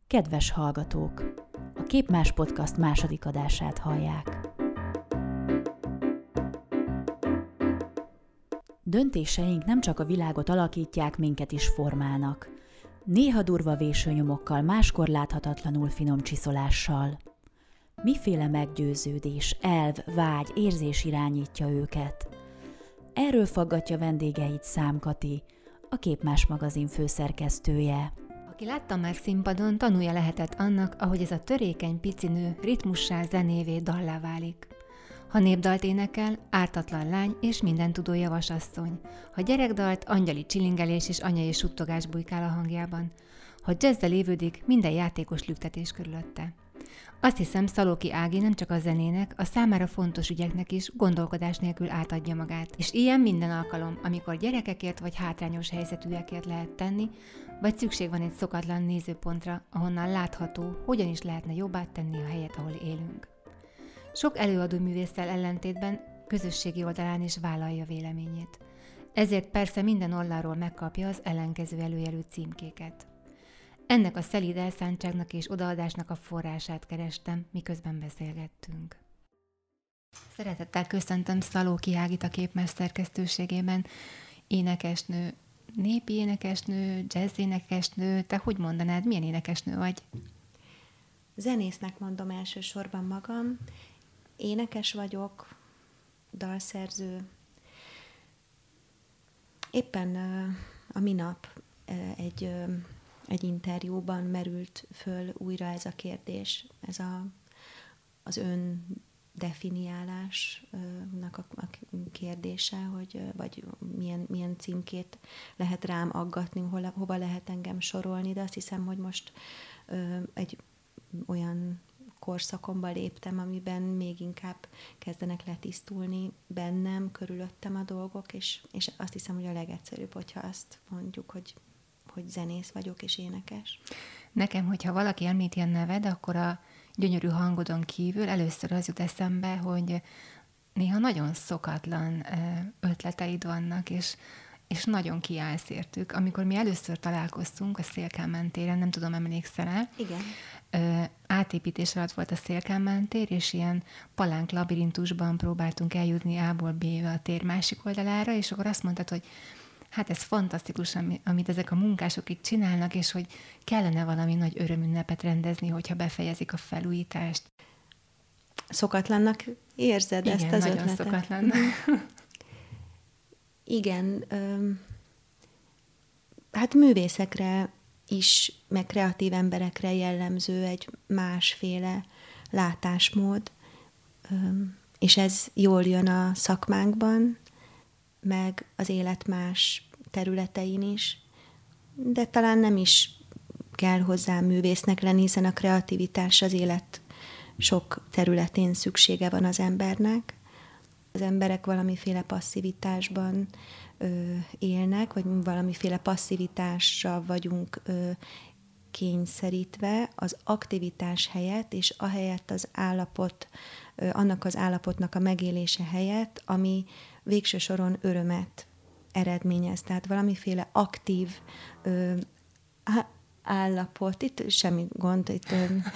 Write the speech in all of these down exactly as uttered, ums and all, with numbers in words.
Kedves hallgatók! A Képmás Podcast második adását hallják. Döntéseink nem csak a világot alakítják, minket is formálnak. Néha durva vésőnyomokkal, máskor láthatatlanul finom csiszolással. Miféle meggyőződés, elv, vágy, érzés irányítja őket? Erről faggatja vendégeit Szám Kati, a Képmás magazin főszerkesztője. Aki látta már színpadon, tanulja lehetett annak, ahogy ez a törékeny pici nő ritmussá, zenévé, dallá válik. Ha népdalt énekel, ártatlan lány és mindentudó javasasszony. Ha gyerekdalt, angyali csilingelés és anyai suttogás bujkál a hangjában. Ha jazzzel évődik, minden játékos lüktetés körülötte. Azt hiszem, Szalóki Ági nem csak a zenének, a számára fontos ügyeknek is gondolkodás nélkül átadja magát. És ilyen minden alkalom, amikor gyerekekért vagy hátrányos helyzetűekért lehet tenni, vagy szükség van egy szokatlan nézőpontra, ahonnan látható, hogyan is lehetne jobbá tenni a helyet, ahol élünk. Sok előadó művésszel ellentétben közösségi oldalán is vállalja véleményét. Ezért persze minden oldalról megkapja az ellenkező előjelű címkéket. Ennek a szelíd elszántságnak és odaadásnak a forrását kerestem, miközben beszélgettünk. Szeretettel köszöntöm Szalóki Ágit a Képmás szerkesztőségében. Énekesnő, népi énekesnő, jazz énekesnő, te hogy mondanád, milyen énekesnő vagy? Zenésznek mondom elsősorban magam. Énekes vagyok, dalszerző. Éppen a minap egy... egy interjúban merült föl újra ez a kérdés, ez a, az öndefiniálásnak a, a kérdése, hogy, vagy milyen, milyen címkét lehet rám aggatni, hol, hova lehet engem sorolni, de azt hiszem, hogy most ö, egy olyan korszakomba léptem, amiben még inkább kezdenek letisztulni bennem, körülöttem a dolgok, és, és azt hiszem, hogy a legegyszerűbb, hogyha azt mondjuk, hogy hogy zenész vagyok és énekes. Nekem, hogyha valaki említi a neved, akkor a gyönyörű hangodon kívül először az jut eszembe, hogy néha nagyon szokatlan ötleteid vannak, és, és nagyon kiállsz értük. Amikor mi először találkoztunk a Szél-Kálmán téren, nem tudom, emlékszel-e? Igen. Átépítés alatt volt a Szél-Kálmán tér, és ilyen palánk labirintusban próbáltunk eljutni A-ból B-be a tér másik oldalára, és akkor azt mondtad, hogy hát ez fantasztikus, amit ezek a munkások itt csinálnak, és hogy kellene valami nagy örömünnepet rendezni, hogyha befejezik a felújítást. Szokatlannak érzed igen, ezt az nagyon ötletet? Szokatlan. Igen. Öm, hát művészekre is, meg kreatív emberekre jellemző egy másféle látásmód, öm, és ez jól jön a szakmánkban, meg az élet más területein is, de talán nem is kell hozzá művésznek lenni, hiszen a kreativitás az élet sok területén szüksége van az embernek. Az emberek valamiféle passzivitásban ö, élnek, vagy valamiféle passzivitásra vagyunk ö, kényszerítve az aktivitás helyett, és ahelyett az állapot, ö, annak az állapotnak a megélése helyett, ami végső soron örömet eredményez. Tehát valamiféle aktív ö, állapot, itt semmi gond, itt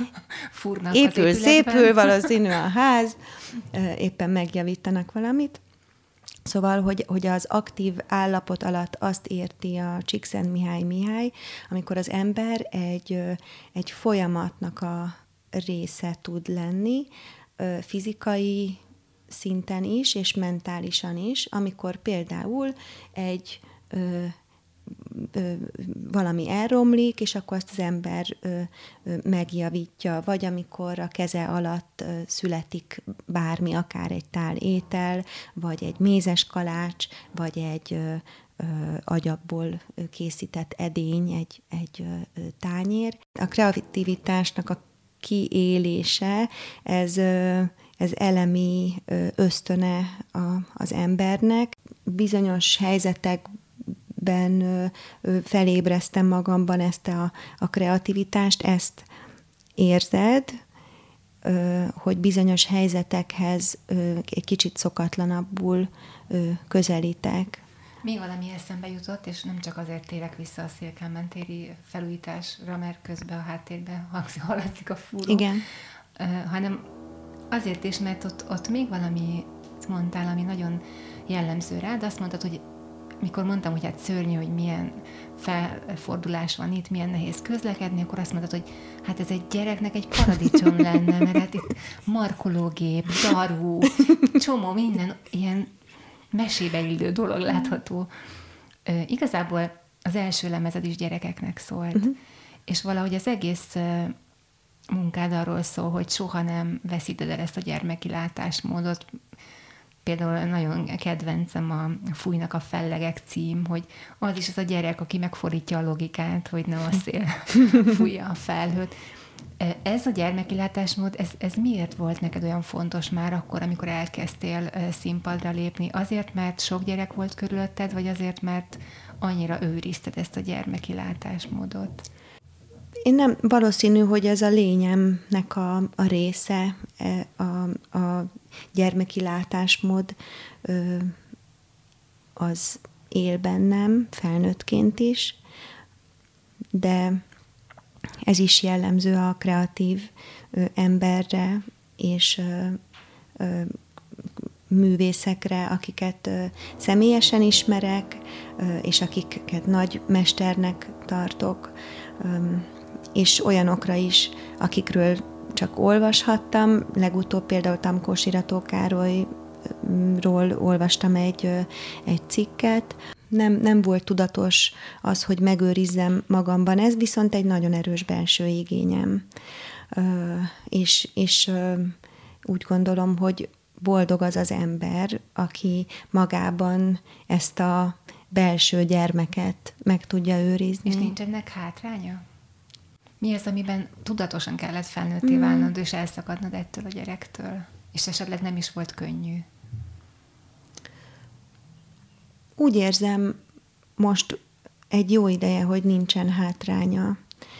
épül, szépül, valószínű a ház, ö, éppen megjavítanak valamit. Szóval, hogy, hogy az aktív állapot alatt azt érti a Csíkszentmihalyi Mihály, amikor az ember egy, egy folyamatnak a része tud lenni, fizikai szinten is, és mentálisan is, amikor például egy ö, ö, valami elromlik, és akkor azt az ember ö, ö, megjavítja, vagy amikor a keze alatt ö, születik bármi, akár egy tál étel, vagy egy mézes kalács, vagy egy ö, ö, agyagból készített edény, egy, egy ö, tányér. A kreativitásnak a kiélése, ez ö, ez elemi ösztöne az embernek. Bizonyos helyzetekben felébreztem magamban ezt a, a kreativitást, ezt érzed, hogy bizonyos helyzetekhez egy kicsit szokatlanabbul közelítek. Még valami eszembe jutott, és nem csak azért térek vissza a Szélkámán téri felújításra, mert közben a háttérben hallatszik a fúró. Igen. Uh, hanem azért is, mert ott, ott még valami mondtál, ami nagyon jellemző rád, azt mondtad, hogy mikor mondtam, hogy hát szörnyű, hogy milyen felfordulás van itt, milyen nehéz közlekedni, akkor azt mondtad, hogy hát ez egy gyereknek egy paradicsom lenne, mert hát itt markológép, daru, csomó minden ilyen mesébe illő dolog látható. Ö, igazából az első lemezed is gyerekeknek szólt, uh-huh. és valahogy az egész munkád arról szól, hogy soha nem veszíted el ezt a gyermeki látásmódot. Például nagyon kedvencem a Fújnak a fellegek cím, hogy az is az a gyerek, aki megfordítja a logikát, hogy ne a szél fújja a felhőt. Ez a gyermeki látásmód, ez, ez miért volt neked olyan fontos már akkor, amikor elkezdtél színpadra lépni? Azért, mert sok gyerek volt körülötted, vagy azért, mert annyira őrizted ezt a gyermeki látásmódot? Én nem, valószínű, hogy ez a lényemnek a, a része, a, a gyermeki látásmód az él bennem felnőttként is, de ez is jellemző a kreatív emberre és művészekre, akiket személyesen ismerek, és akiket nagy mesternek tartok, és olyanokra is, akikről csak olvashattam. Legutóbb például Tamkós Irató Károlyról olvastam egy, egy cikket. Nem, nem volt tudatos az, hogy megőrizzem magamban, ez viszont egy nagyon erős belső igényem. És, és úgy gondolom, hogy boldog az az ember, aki magában ezt a belső gyermeket meg tudja őrizni. És nincs ennek hátránya? Mi az, amiben tudatosan kellett felnőtté válnod, és elszakadnod ettől a gyerektől? És esetleg nem is volt könnyű? Úgy érzem most egy jó ideje, hogy nincsen hátránya.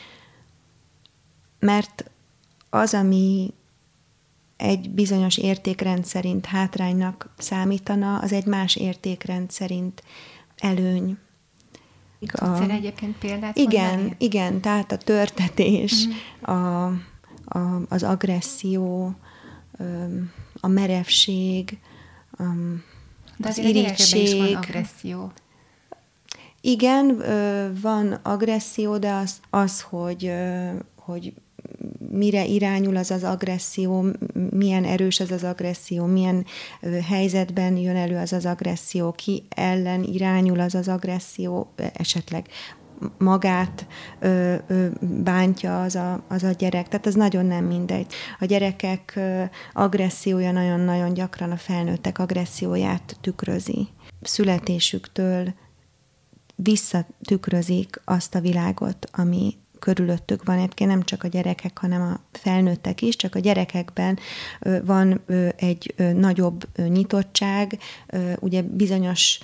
Mert az, ami egy bizonyos értékrend szerint hátránynak számítana, az egy más értékrend szerint előny. Tudsz erre egyébként példát igen, mondani? Igen, tehát a törtetés, mm. a, a, az agresszió, a merevség, de az irigység. Is van agresszió. Igen, van agresszió, de az, az hogy, hogy mire irányul az az agresszió, milyen erős az az agresszió, milyen helyzetben jön elő az az agresszió, ki ellen irányul az az agresszió, esetleg magát ö, ö, bántja az a, az a gyerek. Tehát ez nagyon nem mindegy. A gyerekek ö, agressziója nagyon-nagyon gyakran a felnőttek agresszióját tükrözi. Születésüktől visszatükrözik azt a világot, ami körülöttük van. Egyébként nem csak a gyerekek, hanem a felnőttek is, csak a gyerekekben van egy nagyobb nyitottság, ugye bizonyos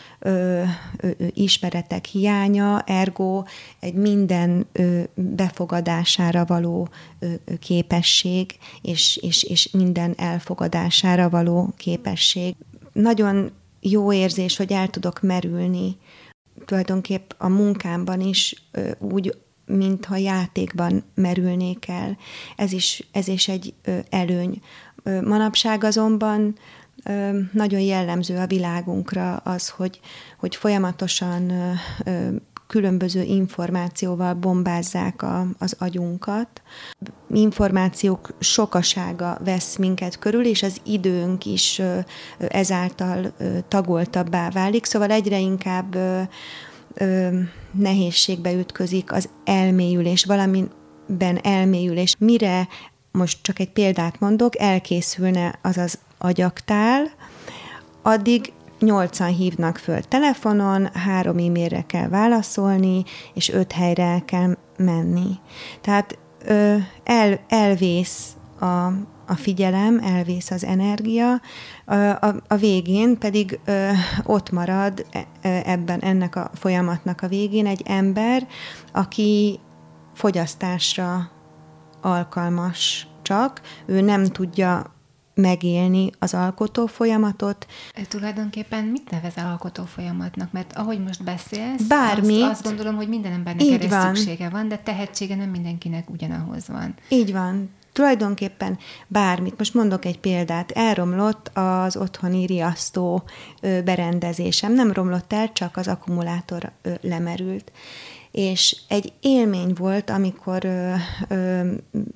ismeretek hiánya, ergo egy minden befogadására való képesség, és, és, és minden elfogadására való képesség. Nagyon jó érzés, hogy el tudok merülni tulajdonképp a munkámban is úgy, mintha játékban merülnék el. Ez is, ez is egy ö, előny. Ö, manapság azonban ö, nagyon jellemző a világunkra az, hogy, hogy folyamatosan ö, ö, különböző információval bombázzák a, az agyunkat. Információk sokasága vesz minket körül, és az időnk is ö, ezáltal ö, tagoltabbá válik, szóval egyre inkább ö, Ö, nehézségbe ütközik az elmélyülés, valamiben elmélyülés. Mire, most csak egy példát mondok, elkészülne az az agyaktál, addig nyolcan hívnak föl telefonon, három e-mailre kell válaszolni, és öt helyre el kell menni. Tehát ö, el, elvész a a figyelem, elvész az energia, a, a, a végén pedig ö, ott marad ebben, ennek a folyamatnak a végén egy ember, aki fogyasztásra alkalmas csak, ő nem tudja megélni az alkotó folyamatot. Tulajdonképpen mit nevez alkotó folyamatnak? Mert ahogy most beszélsz, Bármit, azt, azt gondolom, hogy minden embernek erre van. Szüksége van, de tehetsége nem mindenkinek ugyanahoz van. Így van. Tulajdonképpen bármit. Most mondok egy példát. Elromlott az otthoni riasztó berendezésem. Nem romlott el, csak az akkumulátor lemerült. És egy élmény volt, amikor ö, ö,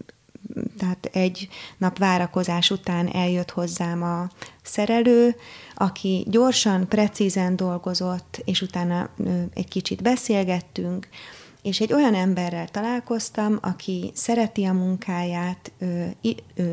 tehát egy nap várakozás után eljött hozzám a szerelő, aki gyorsan, precízen dolgozott, és utána ö, egy kicsit beszélgettünk, és egy olyan emberrel találkoztam, aki szereti a munkáját, ö, ö,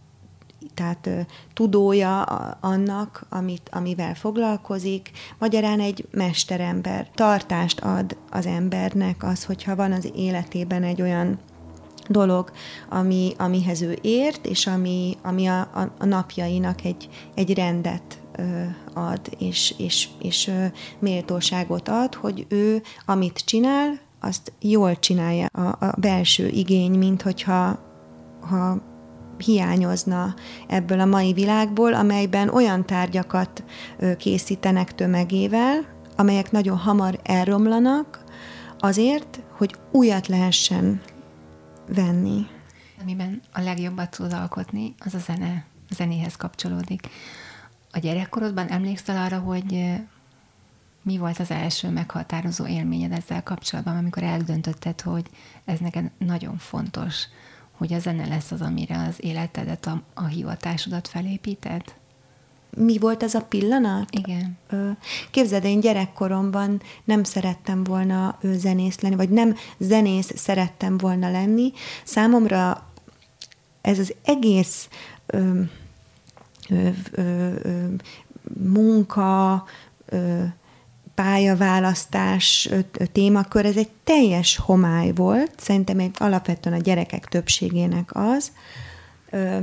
tehát ö, tudója annak, amit, amivel foglalkozik, magyarán egy mesterember. Tartást ad az embernek az, hogyha van az életében egy olyan dolog, ami, amihez ő ért, és ami, ami a, a, a napjainak egy, egy rendet ö, ad, és, és, és ö, méltóságot ad, hogy ő, amit csinál, azt jól csinálja. A, a belső igény, mint hogyha ha hiányozna ebből a mai világból, amelyben olyan tárgyakat ö, készítenek tömegével, amelyek nagyon hamar elromlanak, azért, hogy újat lehessen venni. Amiben a legjobbat tud alkotni, az a zene, a zenéhez kapcsolódik. A gyerekkorodban emlékszel arra, hogy mi volt az első meghatározó élményed ezzel kapcsolatban, amikor eldöntötted, hogy ez neked nagyon fontos, hogy a zene lesz az, amire az életedet, a, a hivatásodat felépíted? Mi volt ez a pillanat? Igen. Képzeld, én gyerekkoromban nem szerettem volna zenész lenni, vagy nem zenész szerettem volna lenni. Számomra ez az egész ö, ö, ö, ö, munka, ö, pályaválasztás ö, ö, témakör, ez egy teljes homály volt. Szerintem egy alapvetően a gyerekek többségének az. Ö,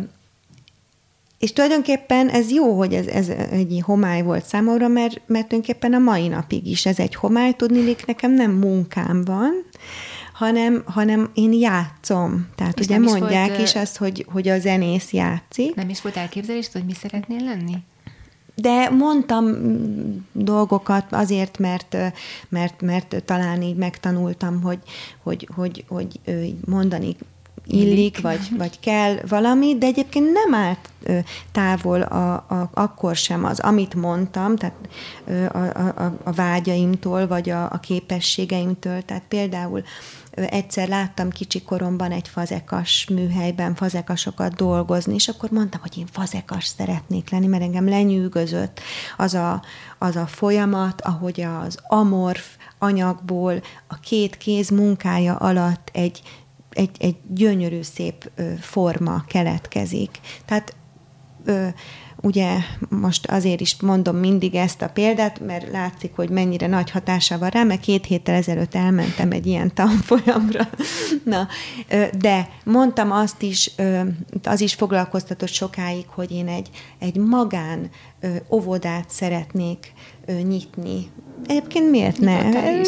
És tulajdonképpen ez jó, hogy ez, ez egy homály volt számomra, mert, mert tulajdonképpen a mai napig is ez egy homály, tudniillik, nekem nem munkám van, hanem, hanem én játszom. Tehát és ugye mondják is, volt, is azt, hogy, hogy a zenész játszik. Nem is volt elképzelést, hogy mi szeretnél lenni? De mondtam dolgokat azért, mert, mert, mert talán így megtanultam, hogy, hogy, hogy, hogy mondani illik, vagy, vagy kell valami, de egyébként nem állt ö, távol a, a, akkor sem az, amit mondtam, tehát ö, a, a, a vágyaimtól, vagy a, a képességeimtől. Tehát például ö, egyszer láttam kicsi koromban egy fazekas műhelyben fazekasokat dolgozni, és akkor mondtam, hogy én fazekas szeretnék lenni, mert engem lenyűgözött az a, az a folyamat, ahogy az amorf anyagból a két kéz munkája alatt egy Egy, egy gyönyörű, szép ö, forma keletkezik. Tehát ö, ugye most azért is mondom mindig ezt a példát, mert látszik, hogy mennyire nagy hatása van rá, mert két héttel ezelőtt elmentem egy ilyen tanfolyamra. Na, ö, de mondtam azt is, ö, az is foglalkoztatott sokáig, hogy én egy, egy magán ö, óvodát szeretnék ö, nyitni. Egyébként miért ne?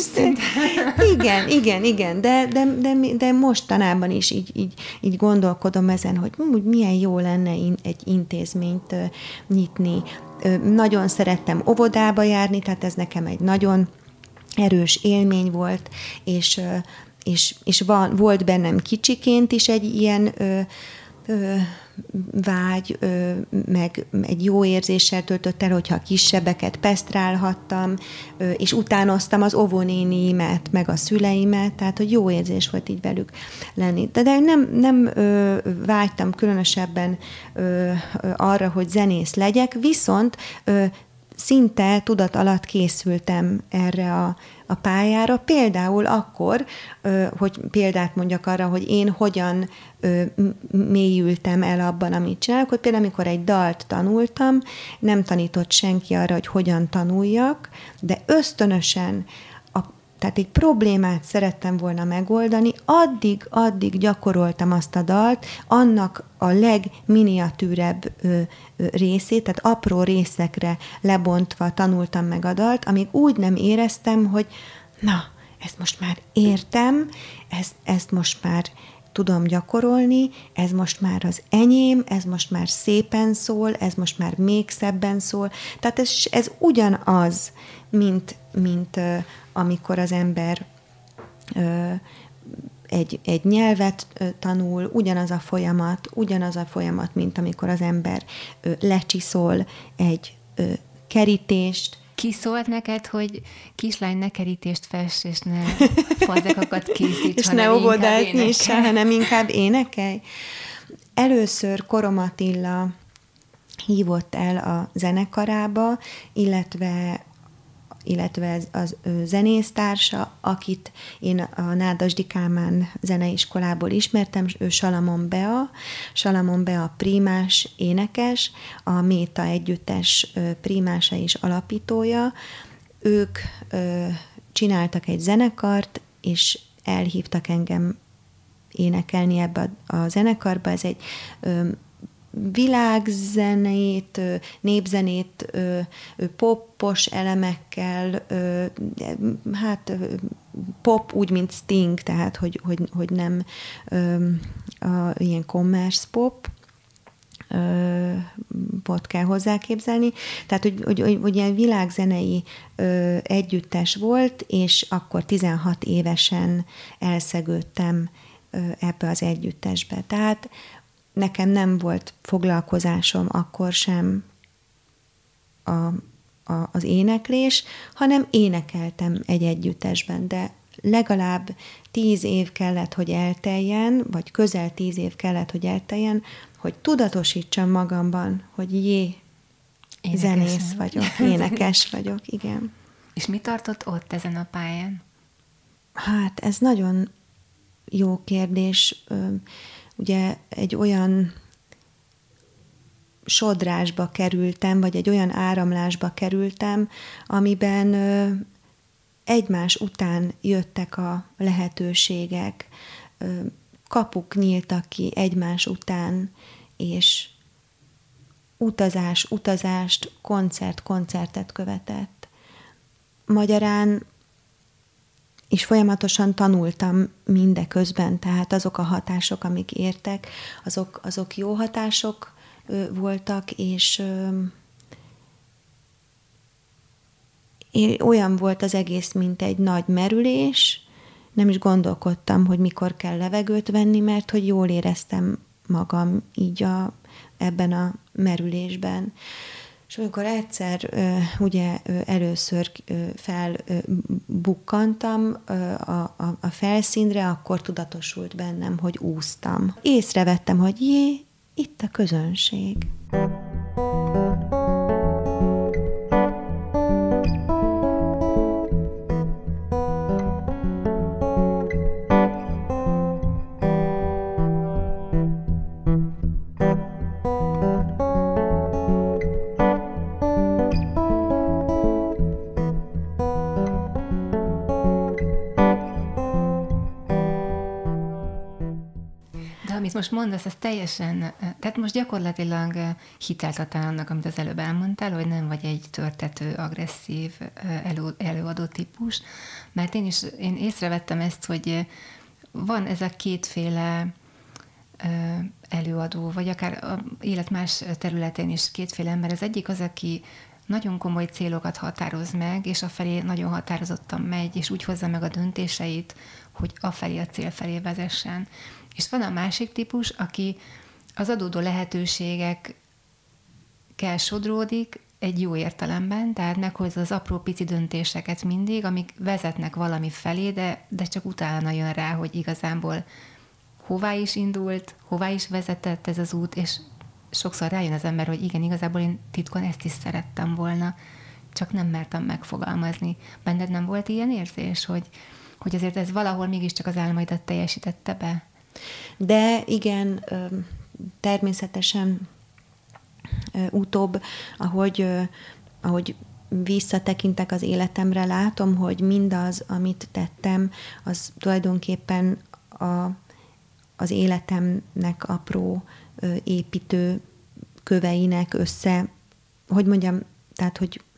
Igen, igen, igen, de, de, de, de mostanában is így, így, így gondolkodom ezen, hogy úgy milyen jó lenne egy intézményt nyitni. Nagyon szerettem óvodába járni, tehát ez nekem egy nagyon erős élmény volt, és, és, és van, volt bennem kicsiként is egy ilyen ö, ö, vágy, ö, meg egy jó érzéssel töltött el, hogyha a kisebbeket pesztrálhattam, ö, és utánoztam az óvónéniimet, meg a szüleimet, tehát, hogy jó érzés volt így velük lenni. De, de nem, nem ö, vágytam különösebben ö, ö, arra, hogy zenész legyek, viszont ö, szinte tudat alatt készültem erre a, a pályára, például akkor, hogy példát mondjak arra, hogy én hogyan mélyültem el abban, amit csinálok, hogy például amikor egy dalt tanultam, nem tanított senki arra, hogy hogyan tanuljak, de ösztönösen, a, tehát egy problémát szerettem volna megoldani, addig, addig gyakoroltam azt a dalt, annak a legminiatűrebb ö, ö, részét, tehát apró részekre lebontva tanultam meg a dalt, amíg úgy nem éreztem, hogy na, ezt most már értem, ezt, ezt most már tudom gyakorolni, ez most már az enyém, ez most már szépen szól, ez most már még szebben szól. Tehát ez, ez ugyanaz, mint, mint uh, amikor az ember uh, egy, egy nyelvet uh, tanul, ugyanaz a folyamat, ugyanaz a folyamat, mint amikor az ember uh, lecsiszol egy uh, kerítést. Ki szólt neked, hogy kislány, ne kerítést fess, és ne fazekakat készíts, és ne óvodát nyissa, hanem inkább énekelj. Először Korom Attila hívott el a zenekarába, illetve illetve az zenésztársa, akit én a Nádasdy Kálmán zeneiskolából ismertem, ő Salamon Bea, Salamon Bea prímás énekes, a Méta együttes prímása és alapítója. Ők csináltak egy zenekart, és elhívtak engem énekelni ebbe a zenekarba. Ez egy világzenét, népzenét, popos elemekkel, hát pop úgy, mint Sting, tehát hogy, hogy, hogy nem a, ilyen commerce pop, pot kell hozzá képzelni. Tehát, hogy, hogy, hogy, hogy ilyen világzenei együttes volt, és akkor tizenhat évesen elszegődtem ebbe az együttesbe. Tehát nekem nem volt foglalkozásom akkor sem a, a, az éneklés, hanem énekeltem egy együttesben, de legalább tíz év kellett, hogy elteljen, vagy közel tíz év kellett, hogy elteljen, hogy tudatosítsam magamban, hogy jé, énekes zenész vagyok, énekes vagyok, igen. És mi tartott ott ezen a pályán? Hát ez nagyon jó kérdés. Ugye egy olyan sodrásba kerültem, vagy egy olyan áramlásba kerültem, amiben egymás után jöttek a lehetőségek, kapuk nyíltak ki egymás után, és utazás, utazást, koncert, koncertet követett. Magyarán és folyamatosan tanultam mindeközben, tehát azok a hatások, amik értek, azok, azok jó hatások ö, voltak, és ö, olyan volt az egész, mint egy nagy merülés. Nem is gondolkodtam, hogy mikor kell levegőt venni, mert hogy jól éreztem magam így a, ebben a merülésben. És amikor egyszer ugye először felbukkantam a, a, a felszínre, akkor tudatosult bennem, hogy úsztam. Észrevettem, hogy jé, itt a közönség. Most mondasz, ez teljesen, tehát most gyakorlatilag hitelt adtál annak, amit az előbb elmondtál, hogy nem vagy egy törtető, agresszív elő, előadó típus, mert én is én észrevettem ezt, hogy van ez a kétféle előadó, vagy akár az élet más területén is kétféle ember. Az egyik az, aki nagyon komoly célokat határoz meg, és afelé nagyon határozottan megy, és úgy hozza meg a döntéseit, hogy afelé a cél felé vezessen. És van a másik típus, aki az adódó lehetőségekkel sodródik egy jó értelemben, tehát meghozza az apró pici döntéseket mindig, amik vezetnek valami felé, de, de csak utána jön rá, hogy igazából hová is indult, hová is vezetett ez az út, és sokszor rájön az ember, hogy igen, igazából én titkon ezt is szerettem volna, csak nem mertem megfogalmazni. Benned nem volt ilyen érzés, hogy, hogy azért ez valahol mégiscsak az álmaidat teljesítette be? De igen, természetesen utóbb, ahogy, ahogy visszatekintek az életemre, látom, hogy mindaz, amit tettem, az tulajdonképpen a, az életemnek apró építő köveinek össze, hogy mondjam, tehát, hogy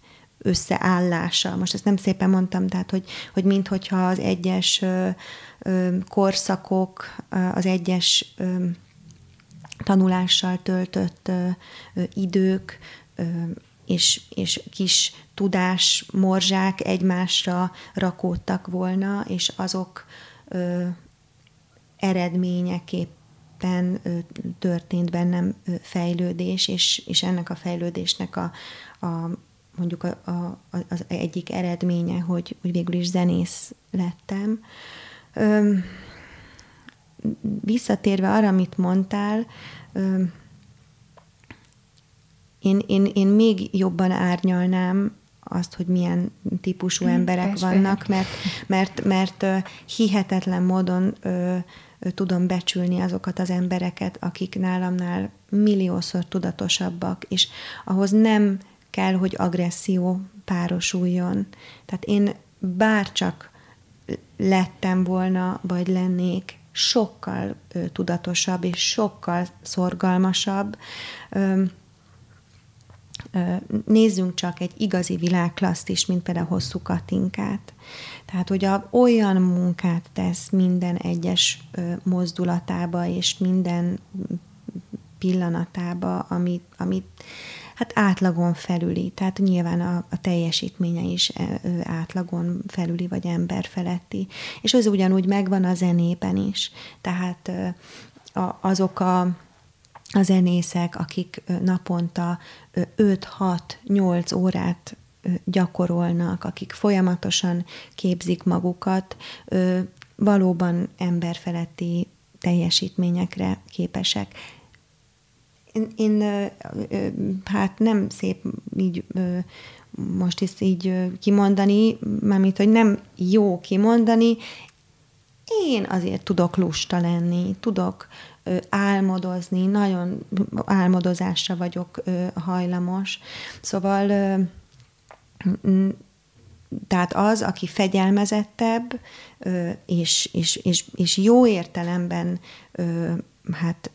összeállása. Most ezt nem szépen mondtam, tehát, hogy, hogy minthogyha az egyes ö, ö, korszakok, az egyes ö, tanulással töltött ö, ö, idők ö, és, és kis tudás morzsák egymásra rakódtak volna, és azok ö, eredményeképpen ö, történt bennem ö, fejlődés, és, és ennek a fejlődésnek a, a mondjuk a, a, az egyik eredménye, hogy, hogy végül is zenész lettem. Ö, visszatérve arra, amit mondtál, ö, én, én, én még jobban árnyalnám azt, hogy milyen típusú emberek Persze. vannak, mert, mert, mert hihetetlen módon ö, ö, tudom becsülni azokat az embereket, akik nálamnál milliószor tudatosabbak, és ahhoz nem kell, hogy agresszió párosuljon. Tehát én bárcsak lettem volna, vagy lennék sokkal ö, tudatosabb, és sokkal szorgalmasabb. Ö, ö, nézzünk csak egy igazi világklasszt is, mint például Hosszú Katinkát. Tehát, hogy a, olyan munkát tesz minden egyes ö, mozdulatába, és minden pillanatába, amit, amit hát átlagon felüli, tehát nyilván a, a teljesítménye is átlagon felüli, vagy ember feletti. És ez ugyanúgy megvan a zenében is. Tehát a, azok a, a zenészek, akik naponta öt hat nyolc órát gyakorolnak, akik folyamatosan képzik magukat, valóban emberfeletti teljesítményekre képesek. Én, én hát nem szép így most is így kimondani, mármint, hogy nem jó kimondani, én azért tudok lusta lenni, tudok álmodozni, nagyon álmodozásra vagyok hajlamos. Szóval tehát az, aki fegyelmezettebb, és, és, és, és jó értelemben hát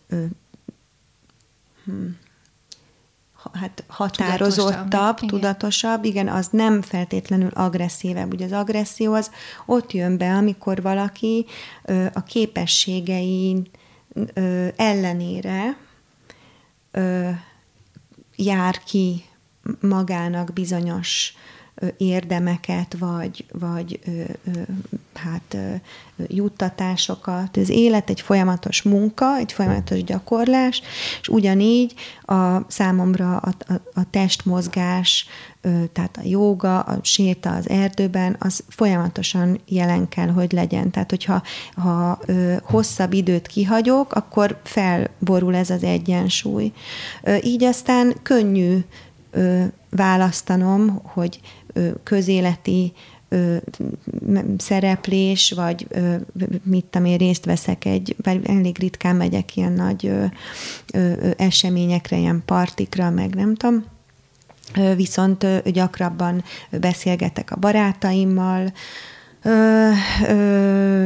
hát határozottabb, tudatosabb, tudatosabb, igen, az nem feltétlenül agresszívebb. Ugye az agresszió az ott jön be, amikor valaki ö, a képességei ö, ellenére ö, jár ki magának bizonyos ö, érdemeket, vagy, vagy ö, ö, hát ö, juttatásokat. Az élet egy folyamatos munka, egy folyamatos gyakorlás, és ugyanígy a számomra a, a, a testmozgás, tehát a jóga, a séta az erdőben, az folyamatosan jelen kell, hogy legyen. Tehát, hogyha ha, ö, hosszabb időt kihagyok, akkor felborul ez az egyensúly. Ö, így aztán könnyű ö, választanom, hogy ö, közéleti Ö, szereplés, vagy ö, mit tudom én, részt veszek egy, vagy elég ritkán megyek ilyen nagy ö, ö, eseményekre, ilyen partikra, meg nem tudom. Ö, viszont ö, gyakrabban beszélgetek a barátaimmal, ö, ö,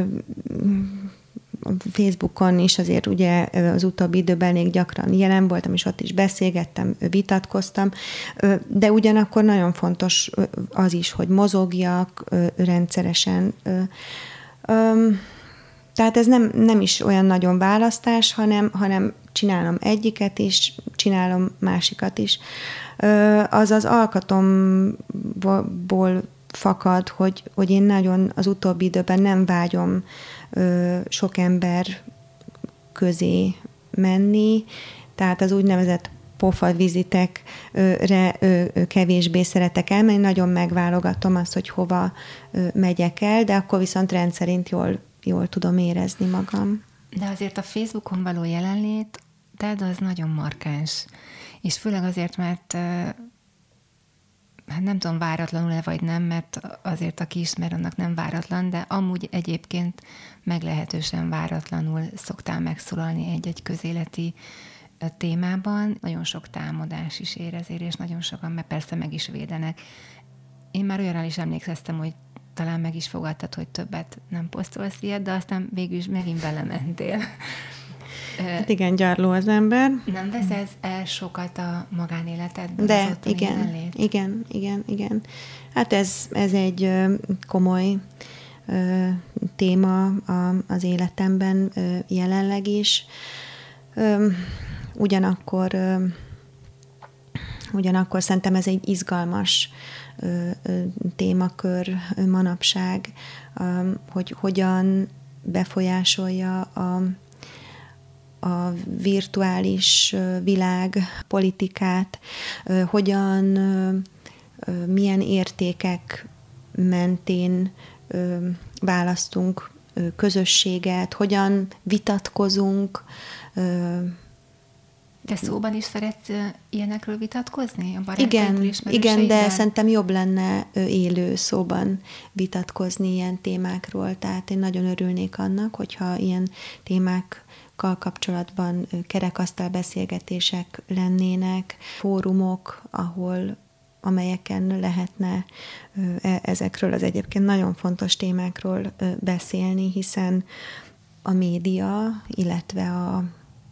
Facebookon is azért ugye az utóbbi időben elég gyakran jelen voltam, és ott is beszélgettem, vitatkoztam, de ugyanakkor nagyon fontos az is, hogy mozogjak rendszeresen. Tehát ez nem, nem is olyan nagyon választás, hanem, hanem csinálom egyiket is, csinálom másikat is. Az az alkatomból fakad, hogy, hogy én nagyon az utóbbi időben nem vágyom ö, sok ember közé menni, tehát az úgynevezett pofavizitekre ö, ö, kevésbé szeretek elmenni, nagyon megválogatom azt, hogy hova ö, megyek el, de akkor viszont rendszerint jól, jól tudom érezni magam. De azért a Facebookon való jelenlét, de az nagyon markáns. És főleg azért, mert hát nem tudom, váratlanul-e vagy nem, mert azért aki ismer, annak nem váratlan, de amúgy egyébként meglehetősen váratlanul szoktál megszólalni egy-egy közéleti témában. Nagyon sok támadás is ér ezért, és nagyon sokan, mert persze meg is védenek. Én már olyanra is emlékeztem, hogy talán meg is fogadtad, hogy többet nem posztolsz ilyet, de aztán végül is megint belementél. Hát igen, gyarló az ember. Nem vesz ez el sokat a magánéletedből? De, igen, jelenlét? igen, igen, igen. Hát ez, ez egy komoly ö, téma a, az életemben ö, jelenleg is. Ö, ugyanakkor, ö, ugyanakkor szerintem ez egy izgalmas ö, ö, témakör manapság, ö, hogy hogyan befolyásolja a, a virtuális világ politikát, ö, hogyan, ö, ö, milyen értékek mentén ö, választunk ö, közösséget, hogyan vitatkozunk. Ö, Te szóban is szeretsz ilyenekről vitatkozni? A igen, igen, de szerintem jobb lenne élő szóban vitatkozni ilyen témákról. Tehát én nagyon örülnék annak, hogyha ilyen témákkal kapcsolatban kerekasztal beszélgetések lennének, fórumok, ahol amelyeken lehetne ezekről az egyébként nagyon fontos témákról beszélni, hiszen a média, illetve a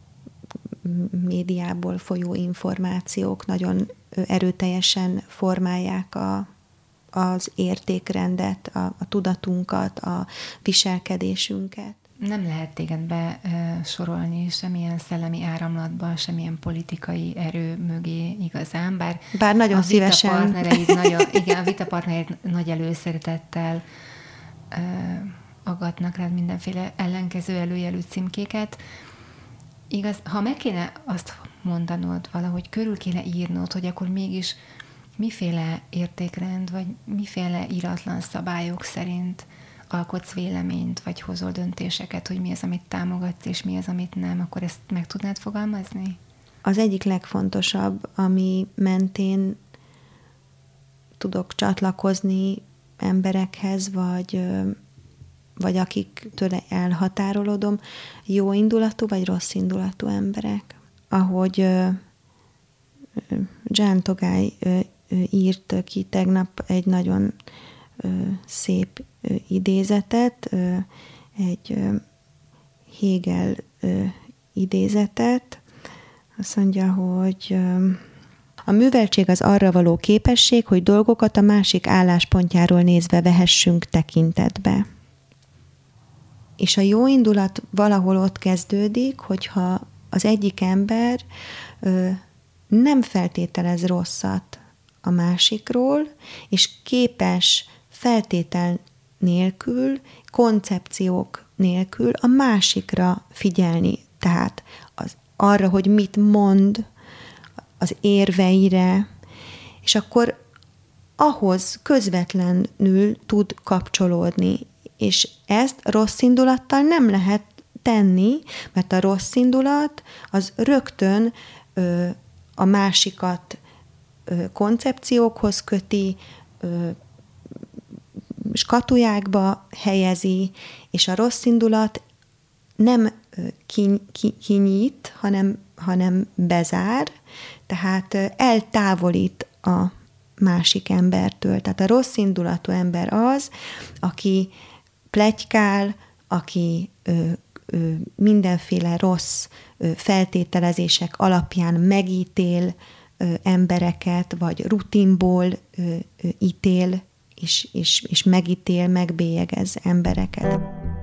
médiából folyó információk nagyon erőteljesen formálják a, az értékrendet, a, a tudatunkat, a viselkedésünket. Nem lehet téged besorolni semmilyen szellemi áramlatba, semmilyen politikai erő mögé igazán, bár, bár nagyon a szívesen. Vitapartnereid nagy, igen, a vitapartnereid nagy előszeretettel uh, agatnak rád mindenféle ellenkező előjelű címkéket. Igaz, ha meg kéne azt mondanod, valahogy körül kéne írnod, hogy akkor mégis miféle értékrend, vagy miféle íratlan szabályok szerint alkotsz véleményt, vagy hozol döntéseket, hogy mi az, amit támogatsz, és mi az, amit nem, akkor ezt meg tudnád fogalmazni? Az egyik legfontosabb, ami mentén tudok csatlakozni emberekhez, vagy, vagy akiktől elhatárolodom, jó indulatú, vagy rossz indulatú emberek. Ahogy Jean Togály írt ki tegnap egy nagyon szép idézetet, egy Hegel idézetet. Azt mondja, hogy a műveltség az arra való képesség, hogy dolgokat a másik álláspontjáról nézve vehessünk tekintetbe. És a jó indulat valahol ott kezdődik, hogyha az egyik ember nem feltételez rosszat a másikról, és képes feltétel nélkül, koncepciók nélkül a másikra figyelni. Tehát az, arra, hogy mit mond, az érveire, és akkor ahhoz közvetlenül tud kapcsolódni. És ezt rossz indulattal nem lehet tenni, mert a rossz indulat az rögtön ö, a másikat ö, koncepciókhoz köti, ö, skatujákba helyezi, és a rossz indulat nem kiny, kinyit, hanem, hanem bezár, tehát eltávolít a másik embertől. Tehát a rossz indulatú ember az, aki pletykál, aki ö, ö, mindenféle rossz ö, feltételezések alapján megítél ö, embereket, vagy rutinból ö, ö, ítél, és, és, és megítél, megbélyegez embereket.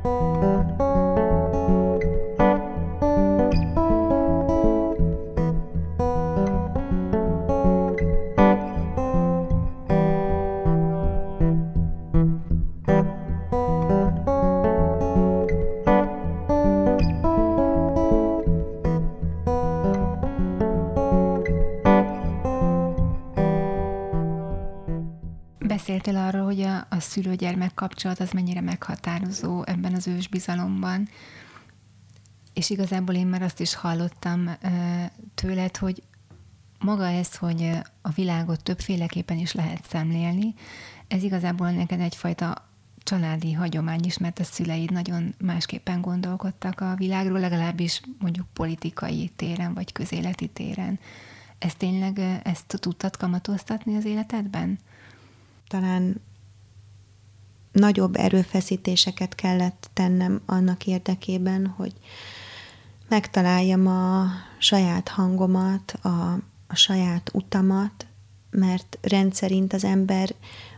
Beszéltél arról, hogy a, a szülő-gyermek kapcsolat az mennyire meghatározó ebben az ősbizalomban, és igazából én már azt is hallottam tőled, hogy maga ez, hogy a világot többféleképpen is lehet szemlélni, ez igazából neked egyfajta családi hagyomány is, mert a szüleid nagyon másképpen gondolkodtak a világról, legalábbis mondjuk politikai téren, vagy közéleti téren. Ez tényleg, ezt tudtad kamatoztatni az életedben? Talán nagyobb erőfeszítéseket kellett tennem annak érdekében, hogy megtaláljam a saját hangomat, a, a saját utamat, mert rendszerint az ember,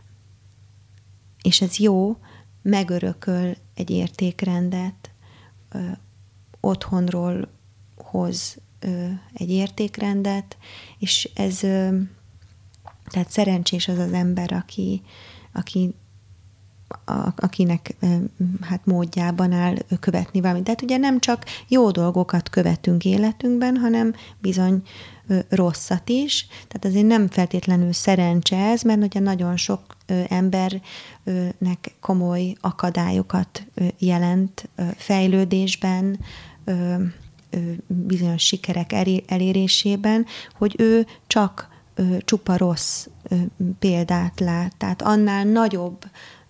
és ez jó, megörököl egy értékrendet, ö, otthonról hoz ö, egy értékrendet, és ez, ö, tehát szerencsés az az ember, aki, aki A, akinek hát módjában áll követni valamit. Tehát ugye nem csak jó dolgokat követünk életünkben, hanem bizony rosszat is. Tehát azért nem feltétlenül szerencse ez, mert ugye nagyon sok embernek komoly akadályokat jelent fejlődésben, bizonyos sikerek elérésében, hogy ő csak csupa rossz példát lát. Tehát annál nagyobb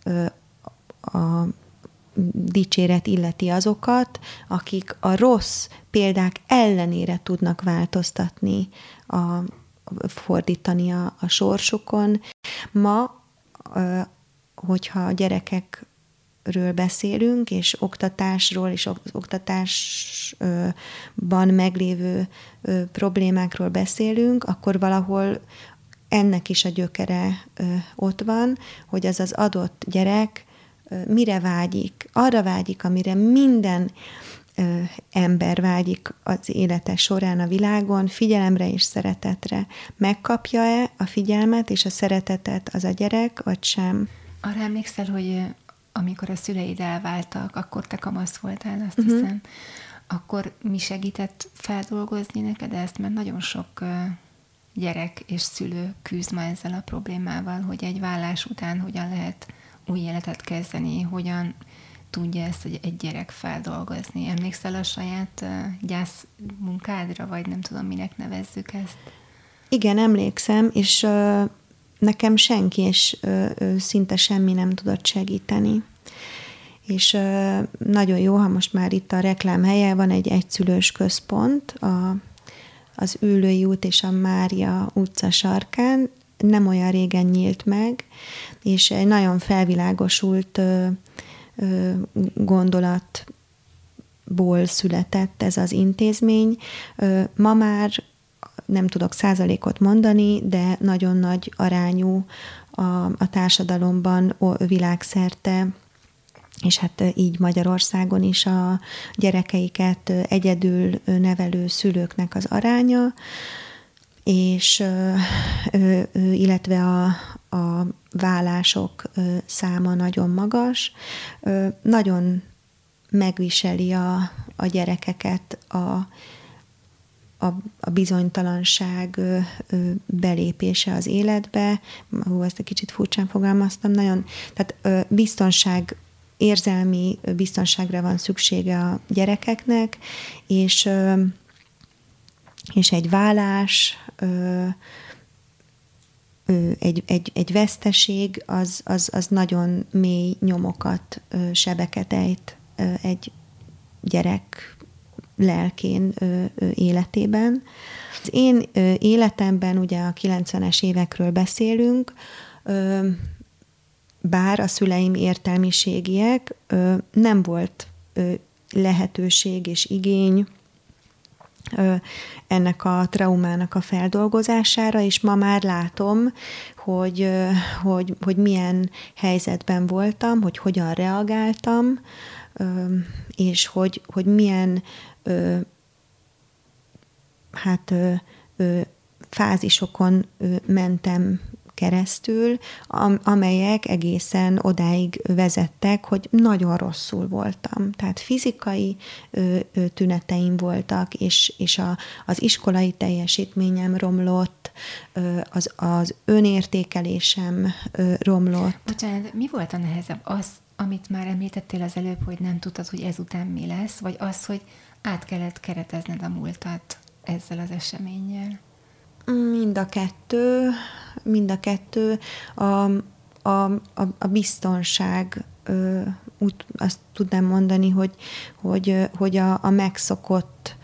a dicséret illeti azokat, akik a rossz példák ellenére tudnak változtatni, a, fordítani a, a sorsukon. Ma, hogyha a gyerekekről beszélünk, és oktatásról, és az oktatásban meglévő problémákról beszélünk, akkor valahol ennek is a gyökere ö, ott van, hogy az az adott gyerek ö, mire vágyik. Arra vágyik, amire minden ö, ember vágyik az élete során a világon, figyelemre és szeretetre. Megkapja-e a figyelmet és a szeretetet az a gyerek, vagy sem? Arra emlékszel, hogy amikor a szüleid elváltak, akkor te kamasz voltál, azt uh-huh. hiszem, akkor mi segített feldolgozni neked ezt? Mert nagyon sok gyerek és szülő küzd ma ezzel a problémával, hogy egy vállás után hogyan lehet új életet kezdeni, hogyan tudja ezt egy gyerek feldolgozni. Emlékszel a saját gyász munkádra, vagy nem tudom, minek nevezzük ezt? Igen, emlékszem, és uh, nekem senki, és uh, szinte semmi nem tudott segíteni. És uh, nagyon jó, ha most már itt a reklám helye van, egy egyszülős központ, a az Üllői út és a Mária utca sarkán, nem olyan régen nyílt meg, és egy nagyon felvilágosult ö, ö, gondolatból született ez az intézmény. Ö, ma már nem tudok százalékot mondani, de nagyon nagy arányú a, a társadalomban világszerte, és hát így Magyarországon is a gyerekeiket egyedül nevelő szülőknek az aránya, és illetve a, a vállások száma nagyon magas. Nagyon megviseli a, a gyerekeket a, a, a bizonytalanság belépése az életbe. Hú, ezt egy kicsit furcsán fogalmaztam. Nagyon, tehát biztonság érzelmi biztonságra van szüksége a gyerekeknek, és, és egy vállás, egy, egy, egy veszteség, az, az, az nagyon mély nyomokat, sebeket ejt egy gyerek lelkén, életében. Az én életemben, ugye a kilencvenes évekről beszélünk, bár a szüleim értelmiségiek, nem volt lehetőség és igény ennek a traumának a feldolgozására, és ma már látom, hogy, hogy, hogy milyen helyzetben voltam, hogy hogyan reagáltam, és hogy, hogy milyen hát, fázisokon mentem keresztül, amelyek egészen odáig vezettek, hogy nagyon rosszul voltam. Tehát fizikai tüneteim voltak, és, és a, az iskolai teljesítményem romlott, az, az önértékelésem romlott. Bocsánat, mi volt a nehezebb? Az, amit már említettél az előbb, hogy nem tudtad, hogy ezután mi lesz, vagy az, hogy át kellett keretezned a múltat ezzel az eseménnyel? Mind a kettő, mind a kettő. A, a, a, a biztonság, úgy azt tudnám mondani, hogy, hogy, hogy a, a megszokott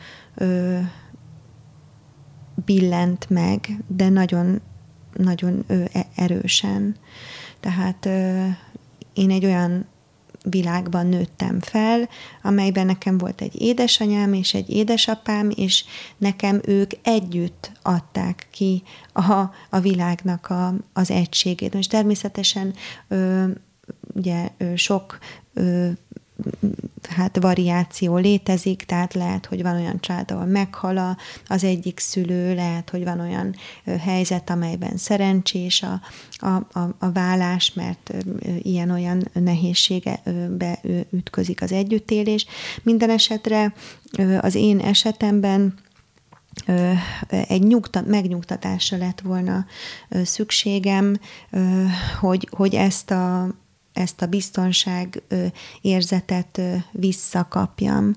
billent meg, de nagyon, nagyon erősen. Tehát én egy olyan világban nőttem fel, amelyben nekem volt egy édesanyám és egy édesapám, és nekem ők együtt adták ki a, a világnak a, az egységét. És természetesen ö, ugye ö, sok ö, hát variáció létezik, tehát lehet, hogy van olyan család, ahol meghal az egyik szülő, lehet, hogy van olyan helyzet, amelyben szerencsés a, a, a, a válás, mert ilyen-olyan nehézségbe ütközik az együttélés. Minden esetre az én esetemben egy nyugtat, megnyugtatásra lett volna szükségem, hogy, hogy ezt a ezt a biztonság érzetet visszakapjam.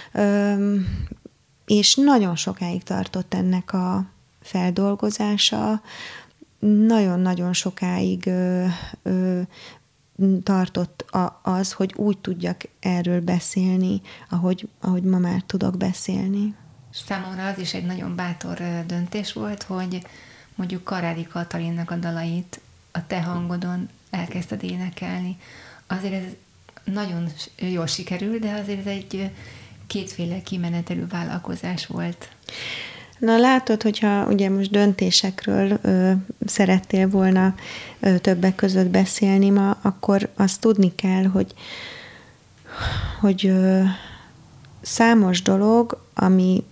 És nagyon sokáig tartott ennek a feldolgozása, nagyon-nagyon sokáig tartott az, hogy úgy tudjak erről beszélni, ahogy, ahogy ma már tudok beszélni. Számomra az is egy nagyon bátor döntés volt, hogy mondjuk Karádi Katalinnak a dalait a te hangodon elkezdted énekelni. Azért ez nagyon jól sikerült, de azért ez egy kétféle kimenetelű vállalkozás volt. Na látod, hogyha ugye most döntésekről ö, szerettél volna ö, többek között beszélni ma, akkor azt tudni kell, hogy, hogy ö, számos dolog, ami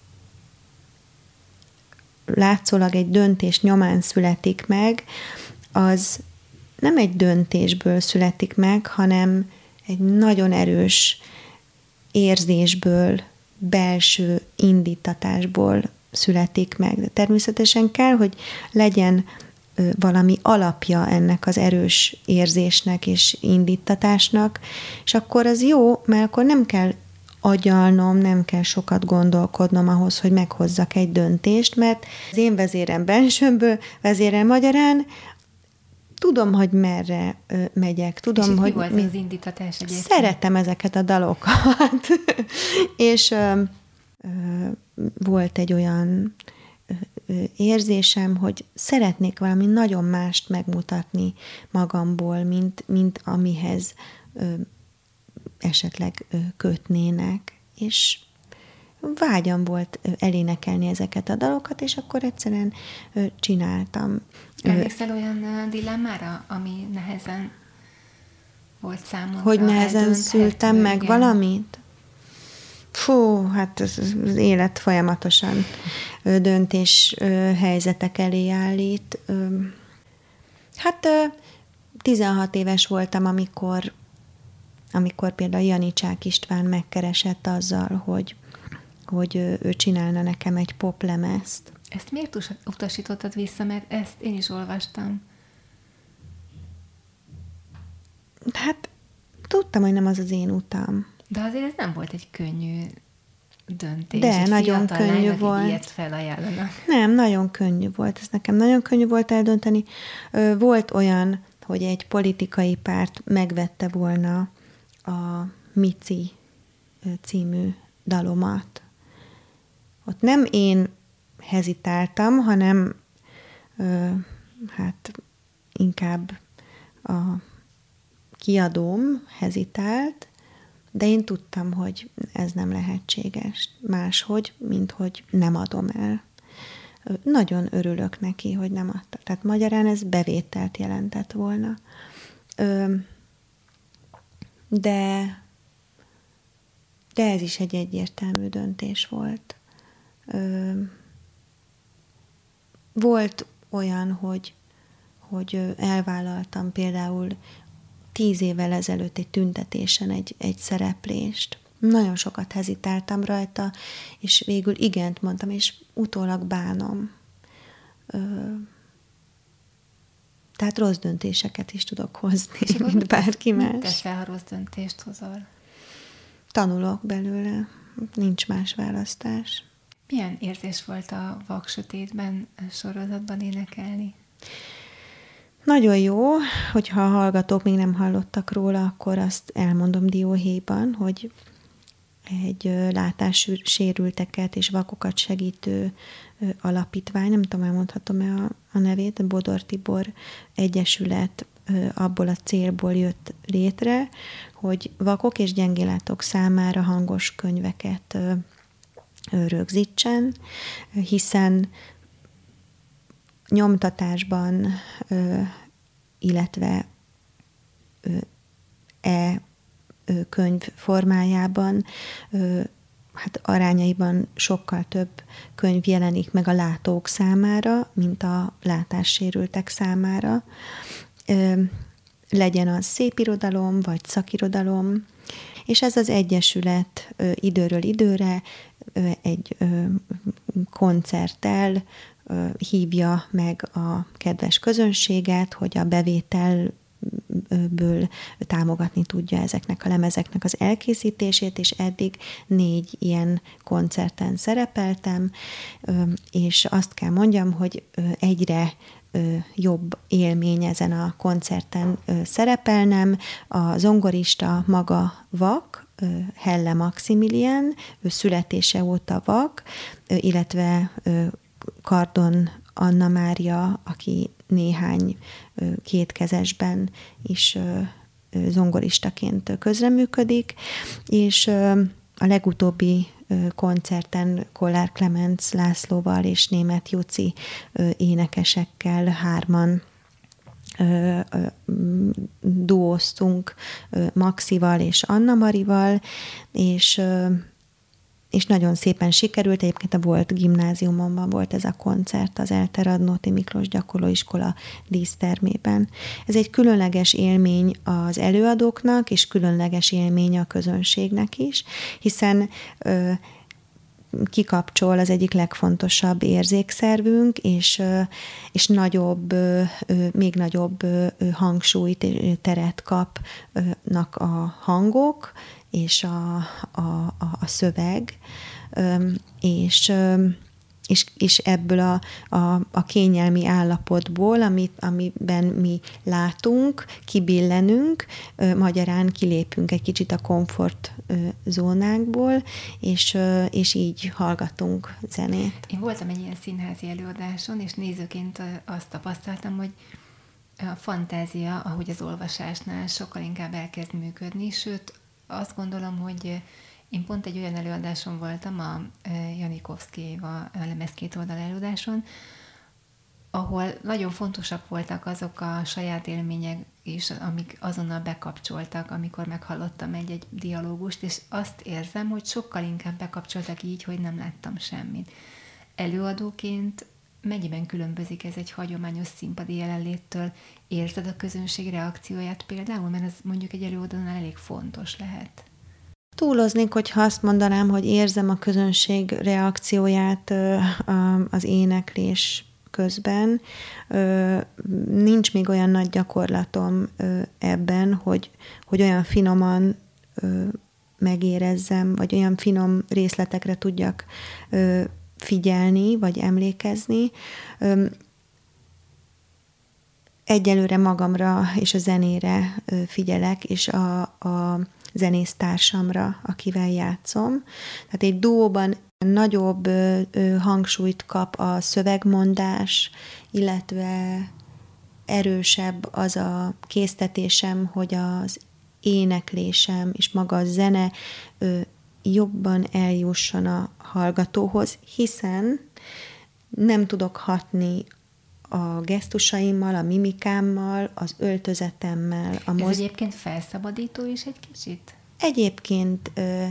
látszólag egy döntés nyomán születik meg, az nem egy döntésből születik meg, hanem egy nagyon erős érzésből, belső indítatásból születik meg. De természetesen kell, hogy legyen valami alapja ennek az erős érzésnek és indítatásnak, és akkor az jó, mert akkor nem kell agyalnom, nem kell sokat gondolkodnom ahhoz, hogy meghozzak egy döntést, mert az én vezérem bensőmből, vezérem magyarán, tudom, hogy merre ö, megyek. Tudom, és hogy mi volt mi... az indítatás egyébként? Szeretem ezeket a dalokat. és ö, ö, volt egy olyan ö, érzésem, hogy szeretnék valami nagyon mást megmutatni magamból, mint, mint amihez ö, esetleg ö, kötnének. És vágyam volt elénekelni ezeket a dalokat, és akkor egyszerűen ö, csináltam. Emlékszel olyan dilemmára, ami nehezen volt számomra? Hogy nehezen szültem meg igen. valamit? Fú, hát az, az élet folyamatosan döntés helyzetek elé állít. Hát tizenhat éves voltam, amikor, amikor például Janicsák István megkeresett azzal, hogy, hogy ő csinálna nekem egy poplemezt. Ezt miért utasítottad vissza, mert ezt én is olvastam. Hát tudtam, hogy nem az az én utam. De azért ez nem volt egy könnyű döntés. De egy nagyon könnyű lánynak volt. Ilyet felajánlanak. Nem, nagyon könnyű volt. Ez nekem nagyon könnyű volt eldönteni. Volt olyan, hogy egy politikai párt megvette volna a Mici című dalomat. Ott nem én hezitáltam, hanem ö, hát inkább a kiadóm hezitált, de én tudtam, hogy ez nem lehetséges máshogy, mint hogy nem adom el. Nagyon örülök neki, hogy nem adta. Tehát magyarán ez bevételt jelentett volna. Ö, de, de ez is egy egyértelmű döntés volt. Ö, Volt olyan, hogy, hogy elvállaltam például tíz évvel ezelőtt egy tüntetésen egy, egy szereplést. Nagyon sokat hezitáltam rajta, és végül igent mondtam, és utólag bánom. Ö, tehát rossz döntéseket is tudok hozni, és mint bárki más. Mit teszel, ha rossz döntést hozol? Tanulok belőle, nincs más választás. Milyen érzés volt a Vak Sötétben sorozatban énekelni? Nagyon jó, hogyha a hallgatók még nem hallottak róla, akkor azt elmondom dióhéjban, hogy egy látássérülteket és vakokat segítő alapítvány, nem tudom, elmondhatom-e a, a nevét, a Bodor Tibor Egyesület abból a célból jött létre, hogy vakok és gyengélátók számára hangos könyveket rögzítsen, hiszen nyomtatásban, illetve e-könyv formájában hát arányaiban sokkal több könyv jelenik meg a látók számára, mint a látássérültek számára. Legyen az szépirodalom, vagy szakirodalom, és ez az egyesület időről időre egy koncerttel hívja meg a kedves közönséget, hogy a bevételből támogatni tudja ezeknek a lemezeknek az elkészítését, és eddig négy ilyen koncerten szerepeltem, és azt kell mondjam, hogy egyre jobb élmény ezen a koncerten szerepelnem. A zongorista maga vak, Helle Maximilian, ő születése óta vak, illetve Kardon Anna Mária, aki néhány kétkezesben is zongoristaként közreműködik, és a legutóbbi koncerten Kollár Klemenc Lászlóval és Németh Juci énekesekkel hárman duóztunk Maxival és Anna Marival, és, és nagyon szépen sikerült. Egyébként a Volt gimnáziumomban volt ez a koncert, az Elte Radnóti Miklós Gyakorlóiskola dísztermében. Ez egy különleges élmény az előadóknak, és különleges élmény a közönségnek is, hiszen kikapcsol az egyik legfontosabb érzékszervünk, és, és nagyobb, még nagyobb hangsúlyt, teret kapnak a hangok, és a, a, a szöveg, és, és, és ebből a, a, a kényelmi állapotból, amit, amiben mi látunk, kibillenünk, magyarán kilépünk egy kicsit a komfort zónánkból, és, és így hallgatunk zenét. Én voltam egy ilyen színházi előadáson, és nézőként azt tapasztaltam, hogy a fantázia, ahogy az olvasásnál sokkal inkább elkezd működni, sőt, azt gondolom, hogy én pont egy olyan előadáson voltam, a Janikovszkijéval a Lemez két oldal előadáson, ahol nagyon fontosak voltak azok a saját élmények is, amik azonnal bekapcsoltak, amikor meghallottam egy-egy dialógust, és azt érzem, hogy sokkal inkább bekapcsoltak így, hogy nem láttam semmit. Előadóként mennyiben különbözik ez egy hagyományos színpadi jelenléttől? Érzed a közönség reakcióját például? Mert ez mondjuk egy előadónál elég fontos lehet. Túloznék, hogyha azt mondanám, hogy érzem a közönség reakcióját az éneklés közben. Nincs még olyan nagy gyakorlatom ebben, hogy, hogy olyan finoman megérezzem, vagy olyan finom részletekre tudjak figyelni, vagy emlékezni. Egyelőre magamra és a zenére figyelek, és a, a zenésztársamra, akivel játszom. Tehát egy duóban nagyobb hangsúlyt kap a szövegmondás, illetve erősebb az a késztetésem, hogy az éneklésem és maga a zene jobban eljusson a hallgatóhoz, hiszen nem tudok hatni a gesztusaimmal, a mimikámmal, az öltözetemmel. A Ez moz... egyébként felszabadító is egy kicsit? Egyébként,